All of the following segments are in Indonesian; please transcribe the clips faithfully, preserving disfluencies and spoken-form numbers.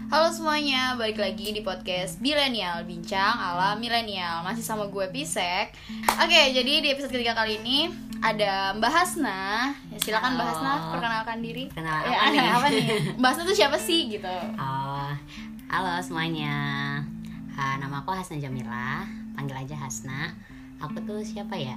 Halo semuanya, balik lagi di podcast Bilenial, bincang ala milenial. Masih sama gue Pisek. Oke, jadi di episode ketiga kali ini ada Mbak Hasna. Ya, silakan Mbak Hasna perkenalkan diri. Kenal ya, apa nih? Apa nih? Mbak Hasna tuh siapa sih gitu? Oh, halo semuanya. Uh, nama aku Hasna Jamila, panggil aja Hasna. Aku tuh siapa ya?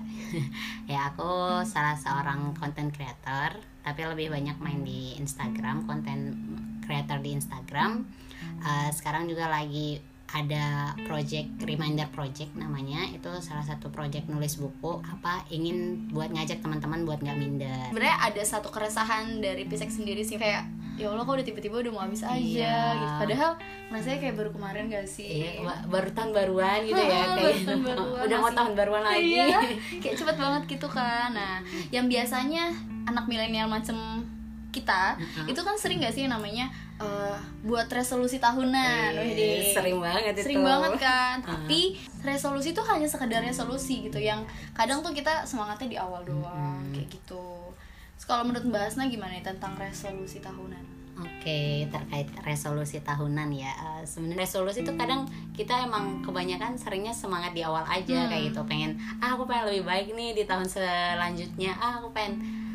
Ya aku salah seorang content creator, tapi lebih banyak main di Instagram, content creator di Instagram. Uh, sekarang juga lagi ada project Reminder Project namanya. Itu salah satu project nulis buku. Apa ingin buat ngajak teman-teman buat nggak minder. Sebenarnya ada satu keresahan dari Pisek sendiri sih, kayak ya Allah kok udah tiba-tiba udah mau habis aja iya. gitu. Padahal rasanya kayak baru kemarin gak sih? Iya, baru tahun baruan gitu ya, kayak tahun baruan, udah mau masih, tahun baruan lagi. Iya, kayak cepet banget gitu kan. Nah, yang biasanya anak milenial macam kita uh-huh. itu kan sering gak sih namanya uh, buat resolusi tahunan. Eee, sering banget itu. Sering banget kan. Uh-huh. Tapi resolusi itu hanya sekedar resolusi gitu, yang kadang tuh kita semangatnya di awal doang uh-huh. kayak gitu. Terus kalau menurut Mbak Hasna gimana nih tentang resolusi tahunan? Oke, terkait resolusi tahunan ya, uh, sebenarnya resolusi itu kadang kita emang kebanyakan seringnya semangat di awal aja hmm. kayak gitu, pengen ah aku pengen lebih baik nih di tahun selanjutnya, ah aku pengen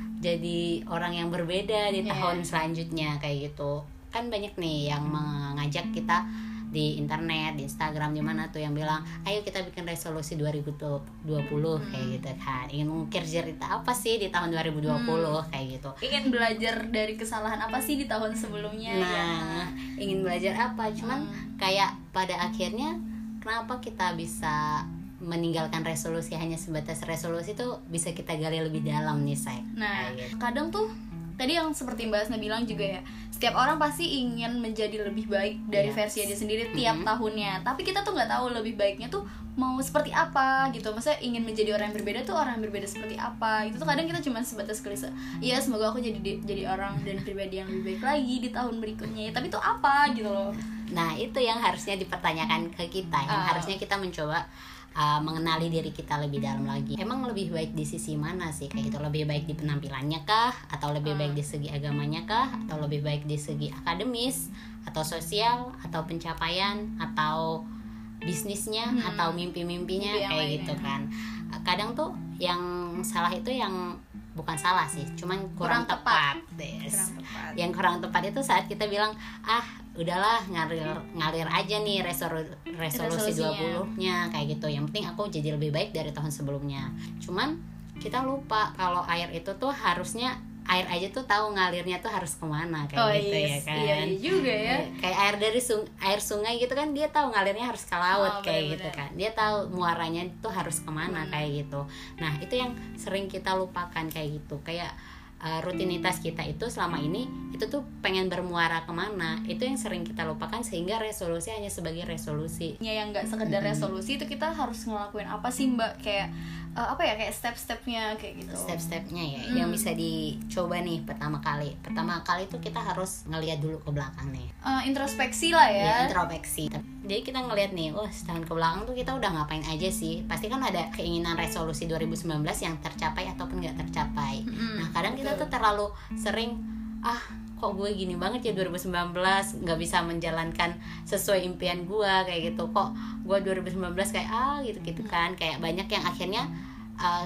jadi orang yang berbeda di yeah. tahun selanjutnya kayak gitu. Kan banyak nih yang mengajak kita di internet, di Instagram, di mana tuh yang bilang ayo kita bikin resolusi dua ribu dua puluh hmm. kayak gitu kan. Ingin mengukir cerita apa sih di tahun dua ribu dua puluh hmm. kayak gitu. Ingin belajar dari kesalahan apa sih di tahun sebelumnya. Nah, ya. Ingin belajar apa? Cuman hmm. kayak pada akhirnya kenapa kita bisa meninggalkan resolusi hanya sebatas resolusi tuh bisa kita gali lebih dalam nih, say. Nah, gitu. Kadang tuh tadi yang seperti Mbak Hasna bilang juga ya, setiap orang pasti ingin menjadi lebih baik dari yes. versi dia sendiri tiap mm-hmm. tahunnya. Tapi kita tuh nggak tahu lebih baiknya tuh mau seperti apa gitu. Maksudnya ingin menjadi orang yang berbeda tuh orang yang berbeda seperti apa. Itu tuh kadang kita cuma sebatas klise. Iya, semoga aku jadi jadi orang dan pribadi yang lebih baik lagi di tahun berikutnya. Tapi itu apa gitu loh. Nah, itu yang harusnya dipertanyakan ke kita. Yang uh. harusnya kita mencoba Uh, mengenali diri kita lebih dalam lagi. Emang lebih baik di sisi mana sih kayak gitu? Lebih baik di penampilannya kah? Atau lebih baik di segi agamanya kah? Atau lebih baik di segi akademis? Atau sosial? Atau pencapaian? Atau bisnisnya? Hmm. Atau mimpi-mimpinya? Mimpi kayak gitu kan. Kadang tuh yang salah itu yang bukan salah sih, cuman kurang, kurang tepat, tepat. Des. Kurang tepat. Yang kurang tepat itu saat kita bilang ah udahlah ngalir ngalir aja nih resolu, resolusi dua puluh-nya kayak gitu. Yang penting aku jadi lebih baik dari tahun sebelumnya. Cuman kita lupa kalau air itu tuh harusnya air aja tuh tahu ngalirnya tuh harus kemana kayak oh, gitu yes. ya kan. Iya, iya juga ya. Kayak air dari sung, air sungai gitu kan, dia tahu ngalirnya harus ke laut oh, kayak bener-bener. Gitu kan. Dia tahu muaranya tuh harus kemana hmm. kayak gitu. Nah, itu yang sering kita lupakan kayak gitu. Kayak Uh, rutinitas kita itu selama ini itu tuh pengen bermuara kemana, itu yang sering kita lupakan sehingga resolusi hanya sebagai resolusi ya, yang nggak sekedar mm-hmm. resolusi itu kita harus ngelakuin apa sih Mbak, kayak uh, apa ya, kayak step-stepnya kayak gitu. Step-stepnya ya mm. yang bisa dicoba nih. Pertama kali pertama kali itu kita harus ngelihat dulu ke belakang nih, uh, introspeksi lah ya, ya introspeksi. Jadi kita ngelihat nih, wah setahun ke belakang tuh kita udah ngapain aja sih. Pasti kan ada keinginan resolusi dua ribu sembilan belas yang tercapai ataupun gak tercapai. Mm-hmm. Nah kadang kita tuh terlalu sering ah kok gue gini banget ya dua ribu sembilan belas gak bisa menjalankan sesuai impian gue kayak gitu. Kok gue dua ribu sembilan belas kayak ah gitu-gitu kan. Kayak banyak yang akhirnya uh,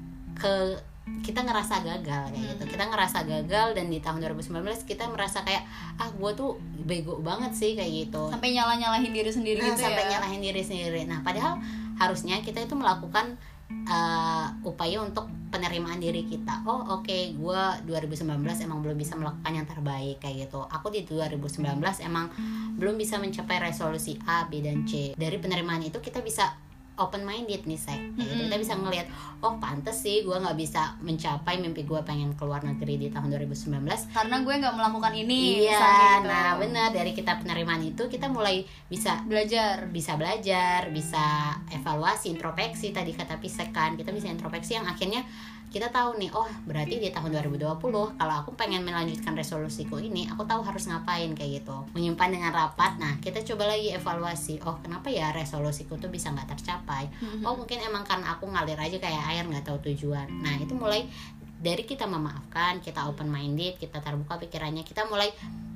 ke kita ngerasa gagal kayak hmm. gitu. Kita ngerasa gagal dan di tahun dua ribu sembilan belas kita merasa kayak ah gue tuh bego banget sih kayak gitu. Sampai nyalah-nyalahin diri sendiri nah, gitu sampai ya. nyalahin diri sendiri. Nah, padahal harusnya kita itu melakukan uh, upaya untuk penerimaan diri kita. Oh, oke, okay, gue dua ribu sembilan belas emang belum bisa melakukan yang terbaik kayak gitu. Aku di dua ribu sembilan belas emang belum bisa mencapai resolusi A, B dan C. Dari penerimaan itu kita bisa open minded nih, Sek. Kayak gitu. Kita bisa ngelihat, oh pantes sih gue nggak bisa mencapai mimpi gue pengen keluar negeri di tahun dua ribu sembilan belas karena gue nggak melakukan ini. Iya, gitu. Nah benar, dari kita penerimaan itu kita mulai bisa belajar, bisa belajar, bisa evaluasi, introspeksi tadi kata Pisek kan. Kita bisa introspeksi yang akhirnya kita tahu nih, oh berarti di tahun dua ribu dua puluh kalau aku pengen melanjutkan resolusiku ini, aku tahu harus ngapain kayak gitu. Menyimpan dengan rapat. Nah kita coba lagi evaluasi, oh kenapa ya resolusiku tuh bisa nggak tercapai. Mm-hmm. Oh mungkin emang kan aku ngalir aja kayak air nggak tahu tujuan. Nah itu mulai dari kita memaafkan, kita open minded, kita terbuka pikirannya, kita mulai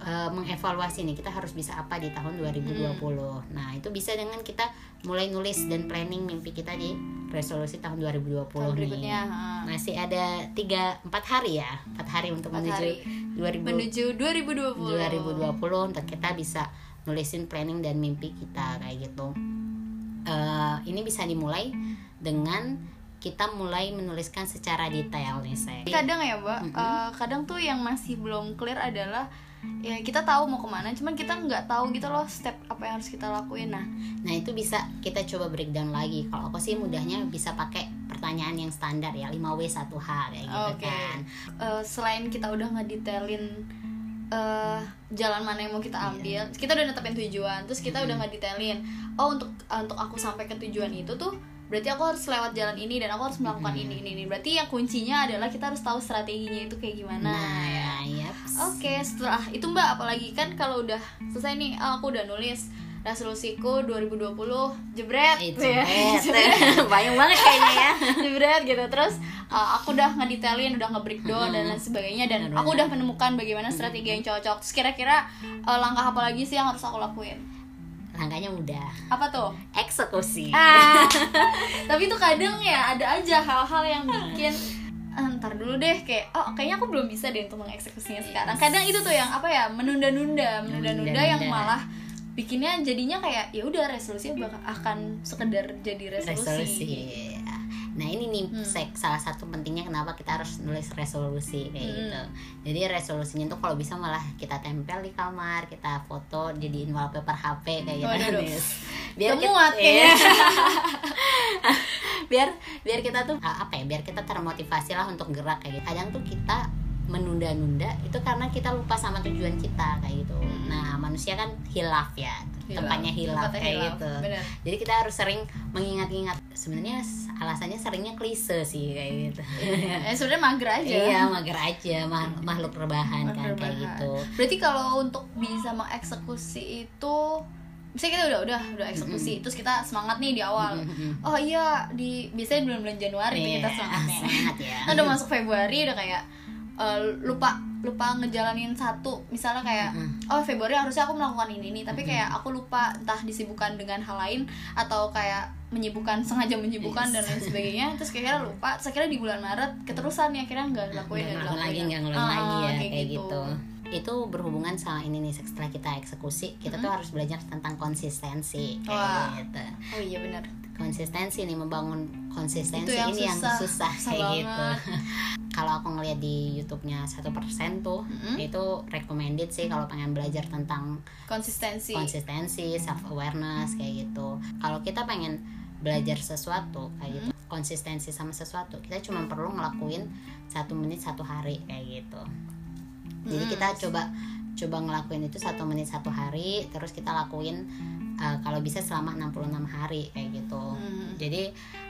uh, mengevaluasi nih kita harus bisa apa di tahun dua ribu dua puluh. Hmm. Nah, itu bisa dengan kita mulai nulis dan planning mimpi kita di resolusi tahun dua ribu dua puluh tahun nih. Ha. Masih ada tiga empat hari ya. empat hari untuk menuju hari. dua ribu menuju dua ribu dua puluh. dua ribu dua puluh untuk kita bisa nulisin planning dan mimpi kita kayak gitu. Uh, ini bisa dimulai dengan kita mulai menuliskan secara detail nih saya. Kadang ya Mbak, mm-hmm. uh, kadang tuh yang masih belum clear adalah ya kita tahu mau kemana, cuman kita nggak tahu gitu loh step apa yang harus kita lakuin. Nah, nah itu bisa kita coba breakdown lagi. Kalau aku sih mudahnya bisa pakai pertanyaan yang standar ya, lima W satu H kayak gitu okay. kan. Uh, selain kita udah ngedetailin uh, jalan mana yang mau kita ambil, yeah. kita udah netepin tujuan, terus kita mm-hmm. udah ngedetailin. Oh untuk uh, untuk aku sampai ke tujuan itu tuh berarti aku harus lewat jalan ini dan aku harus melakukan hmm. ini ini ini. Berarti yang kuncinya adalah kita harus tahu strateginya itu kayak gimana. Nah, ya. Yep. Oke, okay, setelah itu Mbak, apalagi kan kalau udah selesai nih, oh, aku udah nulis resolusiku dua ribu dua puluh, jebret. Eh, jebret. Banyak banget kayaknya ya. Jebret gitu. Terus uh, aku udah ngedetailin, udah nge-breakdown hmm. dan lain sebagainya, dan Benar-benar. aku udah menemukan bagaimana strategi yang cocok. Terus kira-kira uh, langkah apa lagi sih yang harus aku lakuin? Langkahnya mudah. Apa tuh? Eksekusi. Ah, tapi tuh kadang ya ada aja hal-hal yang bikin ntar dulu deh, kayak oh kayaknya aku belum bisa deh untuk mengeksekusinya sekarang. Kadang itu tuh yang apa ya, menunda-nunda, menunda-nunda yang malah bikinnya jadinya kayak ya udah resolusinya bakal akan sekedar jadi resolusi. resolusi. Nah ini nih hmm. sek, salah satu pentingnya kenapa kita harus nulis resolusi kayak hmm. gitu. Jadi resolusinya tuh kalau bisa malah kita tempel di kamar, kita foto jadiin wallpaper H P kayak oh, gitu. Biar kita, ya. biar biar kita tuh apa ya? Biar kita termotivasi lah untuk gerak kayak gitu. Kadang tuh kita menunda-nunda itu karena kita lupa sama tujuan kita kayak gitu. Hmm. Nah manusia kan hilaf ya, hilaf. tempatnya hilaf kayak hilaf. gitu. Bener. Jadi kita harus sering mengingat-ingat. Sebenarnya alasannya seringnya klise sih kayak gitu. Eh sebenarnya mager aja. Iya mager aja, Ma- makhluk rebahan kan rebahan. kayak gitu. Berarti kalau untuk bisa mengeksekusi itu, misalnya kita udah udah udah eksekusi, mm-hmm. terus kita semangat nih di awal. Mm-hmm. Oh iya di biasanya bulan-bulan Januari yeah, kita semangatnya. Semangat ya. Nah, udah masuk Februari udah kayak uh, lupa lupa ngejalanin satu, misalnya kayak mm-hmm. oh Februari harusnya aku melakukan ini nih, tapi kayak aku lupa entah disibukkan dengan hal lain atau kayak menyibukkan sengaja menyibukkan yes. dan lain sebagainya, terus kira-kira lupa, terus akhirnya di bulan Maret keterusan ya akhirnya nggak lakuin nggak ngelakuin lagi nggak ngelakuin ah, lagi ya kayak, kayak gitu. gitu. Itu berhubungan sama ini nih, setelah kita eksekusi kita hmm? tuh harus belajar tentang konsistensi kayak Wah. gitu. Oh iya benar. Konsistensi nih, membangun konsistensi yang ini susah. yang susah, susah kayak banget. gitu. Kalau aku ngeliat di YouTube-nya satu persen tuh, mm-hmm. itu recommended sih kalau pengen belajar tentang konsistensi, konsistensi, self awareness kayak gitu. Kalau kita pengen belajar sesuatu kayak gitu, mm-hmm. konsistensi sama sesuatu, kita cuma perlu ngelakuin satu menit satu hari kayak gitu. Jadi mm-hmm. kita coba coba ngelakuin itu satu menit satu hari, terus kita lakuin uh, kalau bisa selama enam puluh enam hari kayak gitu. Mm-hmm. Jadi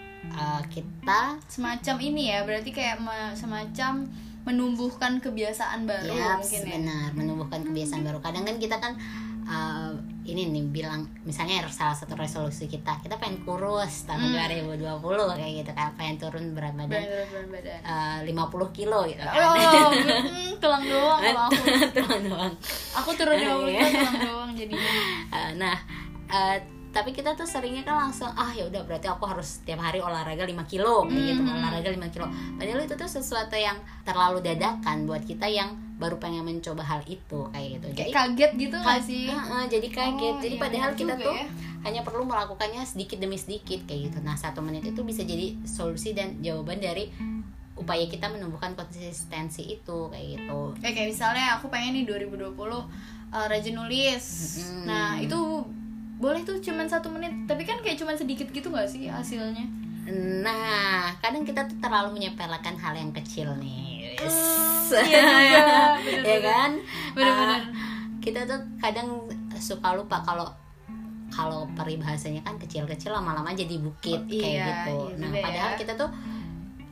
Uh, kita semacam ini ya, berarti kayak me- semacam menumbuhkan kebiasaan baru ya, mungkin ya. Benar, menumbuhkan kebiasaan baru. Kadang kan kita kan uh, ini nih bilang, misalnya salah satu resolusi kita, kita pengen kurus tahun hmm. dua ribu dua puluh kayak gitu kan, pengen turun berat badan, berat badan. Uh, lima puluh kilo gitu kan. Oh, hmm, tulang doang kalau aku. tulang doang. Aku turun lima puluh kilo tulang doang jadinya. Uh, nah, uh, tapi kita tuh seringnya kan langsung ah ya udah berarti aku harus tiap hari olahraga lima kilo kayak gitu, mm-hmm. olahraga lima kilo. Padahal itu tuh sesuatu yang terlalu dadakan buat kita yang baru pengen mencoba hal itu kayak gitu. Jadi kaget gitu nggak ka- sih? Uh, uh, jadi kaget. Oh, jadi iya, padahal kita tuh ya. hanya perlu melakukannya sedikit demi sedikit kayak gitu. Nah satu menit itu bisa jadi solusi dan jawaban dari upaya kita menumbuhkan konsistensi itu kayak gitu. Eh, kayak misalnya aku pengen nih dua ribu dua puluh uh, rajin nulis. Mm-hmm. Nah itu boleh tuh cuman satu menit, tapi kan kayak cuman sedikit gitu nggak sih hasilnya? Nah kadang kita tuh terlalu menyepelekan hal yang kecil nih. Yes. Hmm, iya juga, bener-bener. Ya kan? Bener-bener. Uh, kita tuh kadang suka lupa kalau kalau peribahasanya kan kecil-kecil lama-lama jadi bukit oh, kayak iya, gitu. iya, Nah iya. padahal kita tuh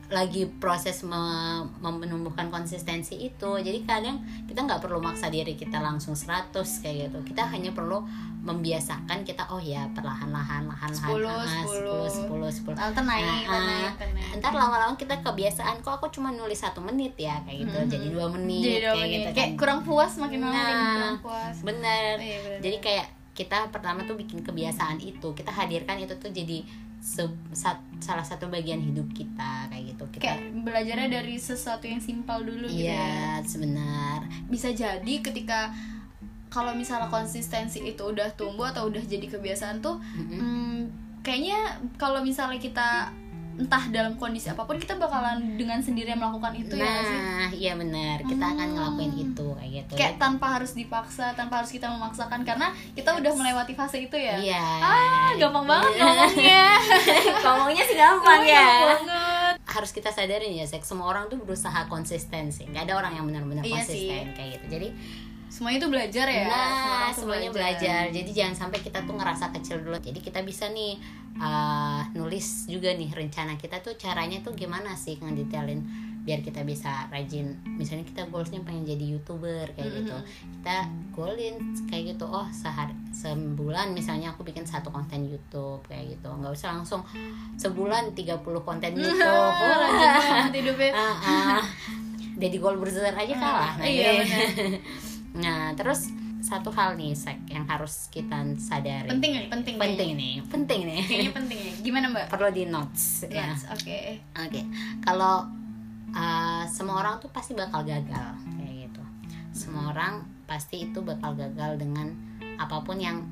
lagi proses me- menumbuhkan konsistensi itu. Jadi kadang kita nggak perlu maksa diri kita langsung seratus kayak gitu. Kita hanya perlu membiasakan kita, oh ya perlahan-lahan lahan-lahan sepuluh, sepuluh sepuluh sepuluh Ntar naik, ntar naik, ntar naik. Ntar lama-lama kita kebiasaan, kok aku cuma nulis satu menit ya kayak gitu, mm-hmm. jadi dua menit jadi dua kayak menit. gitu kan. Kayak kurang puas makin lama nah, makin kurang puas. Bener. Oh, iya, bener. Jadi kayak kita pertama tuh bikin kebiasaan itu, kita hadirkan itu tuh jadi se- sat- salah satu bagian hidup kita kayak gitu. Kita kayak belajarnya dari sesuatu yang simpel dulu gitu iya, ya. sebenar. Bisa jadi ketika kalau misalnya konsistensi itu udah tumbuh atau udah jadi kebiasaan tuh, mm-hmm. hmm, kayaknya kalau misalnya kita entah dalam kondisi apapun kita bakalan dengan sendiri melakukan itu. Nah, ya sih? Nah, iya benar. Kita hmm. akan ngelakuin itu kayak gitu. Kayak tanpa harus dipaksa, tanpa harus kita memaksakan karena kita yes. udah melewati fase itu ya. Iya. Ah, gampang banget ngomongnya. Ngomongnya sih gampang ya. Gampang banget. Harus kita sadarin ya, Sek, semua orang tuh berusaha konsisten sih. Gak ada orang yang benar-benar iya konsisten sih. Kayak gitu. Jadi semuanya itu belajar ya. Nah, semuanya belajar. belajar. Jadi jangan sampai kita tuh ngerasa kecil dulu. Jadi kita bisa nih uh, nulis juga nih rencana kita tuh caranya tuh gimana sih ngedetailin biar kita bisa rajin. Misalnya kita goalsnya pengen jadi YouTuber kayak mm-hmm. gitu. Kita goalin kayak gitu. Oh, sehari sebulan misalnya aku bikin satu konten YouTube kayak gitu. Enggak usah langsung sebulan tiga puluh konten YouTube. Oh, rajin banget hidupnya. Uh, uh, Jadi goal besar aja kalah. Uh, iya benar. Nah, terus satu hal nih, Sek, yang harus kita sadari. Penting nih, penting. Penting nih, penting nih. Kayaknya penting nih. Gimana, Mbak? Perlu di notes, notes ya. Oke. Okay. Oke. Okay. Kalau uh, semua orang tuh pasti bakal gagal kayak gitu. Semua orang pasti itu bakal gagal dengan apapun yang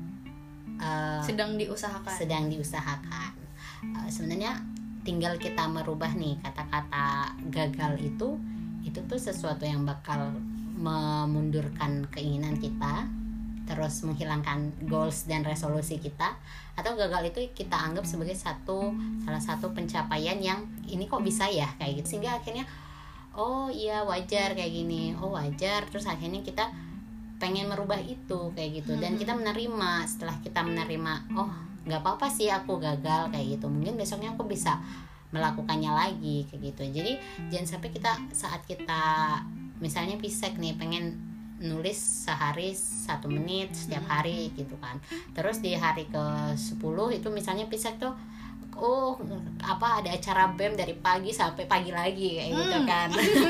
uh, sedang diusahakan. Sedang diusahakan. Uh, sebenarnya tinggal kita merubah nih kata-kata gagal itu, itu tuh sesuatu yang bakal memundurkan keinginan kita, terus menghilangkan goals dan resolusi kita, atau gagal itu kita anggap sebagai satu salah satu pencapaian yang ini kok bisa ya kayak gitu, sehingga akhirnya oh iya wajar kayak gini, oh wajar, terus akhirnya kita pengen merubah itu kayak gitu, dan kita menerima. Setelah kita menerima, oh nggak apa-apa sih aku gagal kayak gitu, mungkin besoknya aku bisa melakukannya lagi kayak gitu. Jadi jangan sampai kita saat kita misalnya Pisek nih pengen nulis sehari satu menit setiap hari gitu kan, terus di hari ke sepuluh itu misalnya Pisek tuh oh apa ada acara B E M dari pagi sampai pagi lagi kayak gitu kan.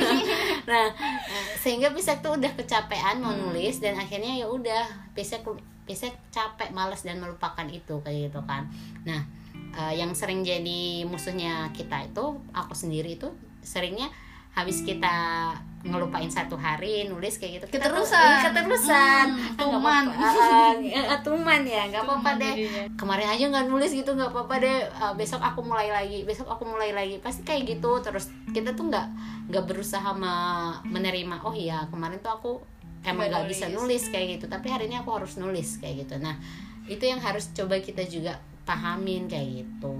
Nah sehingga Pisek tuh udah kecapean mau nulis, dan akhirnya ya udah Pisek Pisek capek, malas dan melupakan itu kayak gitu kan. Nah uh, yang sering jadi musuhnya kita itu, aku sendiri itu seringnya habis kita ngelupain satu hari nulis kayak gitu, keterusan keterusan hmm, tuman uh, uh, tuman ya nggak apa-apa deh jadinya. Kemarin aja nggak nulis gitu, nggak apa-apa deh, uh, besok aku mulai lagi besok aku mulai lagi pasti kayak gitu terus. Kita tuh nggak nggak berusaha me- menerima oh iya kemarin tuh aku emang nggak bisa nulis kayak gitu, tapi hari ini aku harus nulis kayak gitu. Nah itu yang harus coba kita juga pahamin kayak gitu.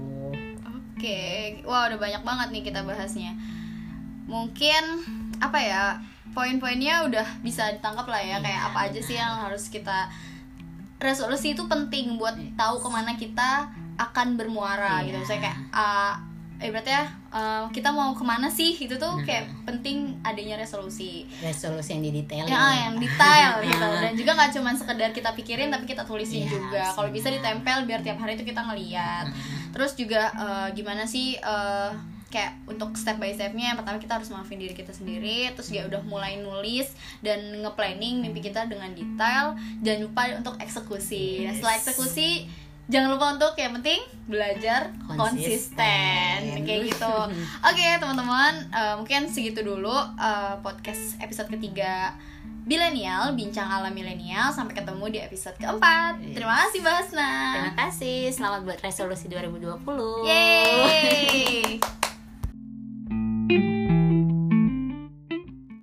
Oke, wah udah banyak banget nih kita bahasnya. Mungkin apa ya, poin-poinnya udah bisa ditangkap lah ya, kayak apa aja sih yang harus kita, resolusi itu penting buat tahu kemana kita akan bermuara gitu. Misalnya kayak uh, eh berarti ya uh, kita mau kemana sih, itu tuh nah. kayak penting adanya resolusi resolusi yang didetail ya, yang detail gitu, dan juga nggak cuma sekedar kita pikirin tapi kita tulisin ya, juga, kalau bisa ditempel biar tiap hari itu kita ngeliat. hmm. Terus juga uh, gimana sih uh, kayak untuk step by stepnya, yang pertama kita harus maafin diri kita sendiri, terus ya udah mulai nulis dan nge-planning mimpi kita dengan detail. Jangan lupa untuk eksekusi. Nah, setelah eksekusi jangan lupa untuk yang penting belajar konsisten, konsisten. Kayak gitu. Oke okay, teman-teman, uh, mungkin segitu dulu uh, podcast episode ketiga Bilenial, bincang ala milenial. Sampai ketemu di episode keempat. Terima kasih Mbak Hasna. Terima kasih. Selamat buat resolusi dua ribu dua puluh. Yeay.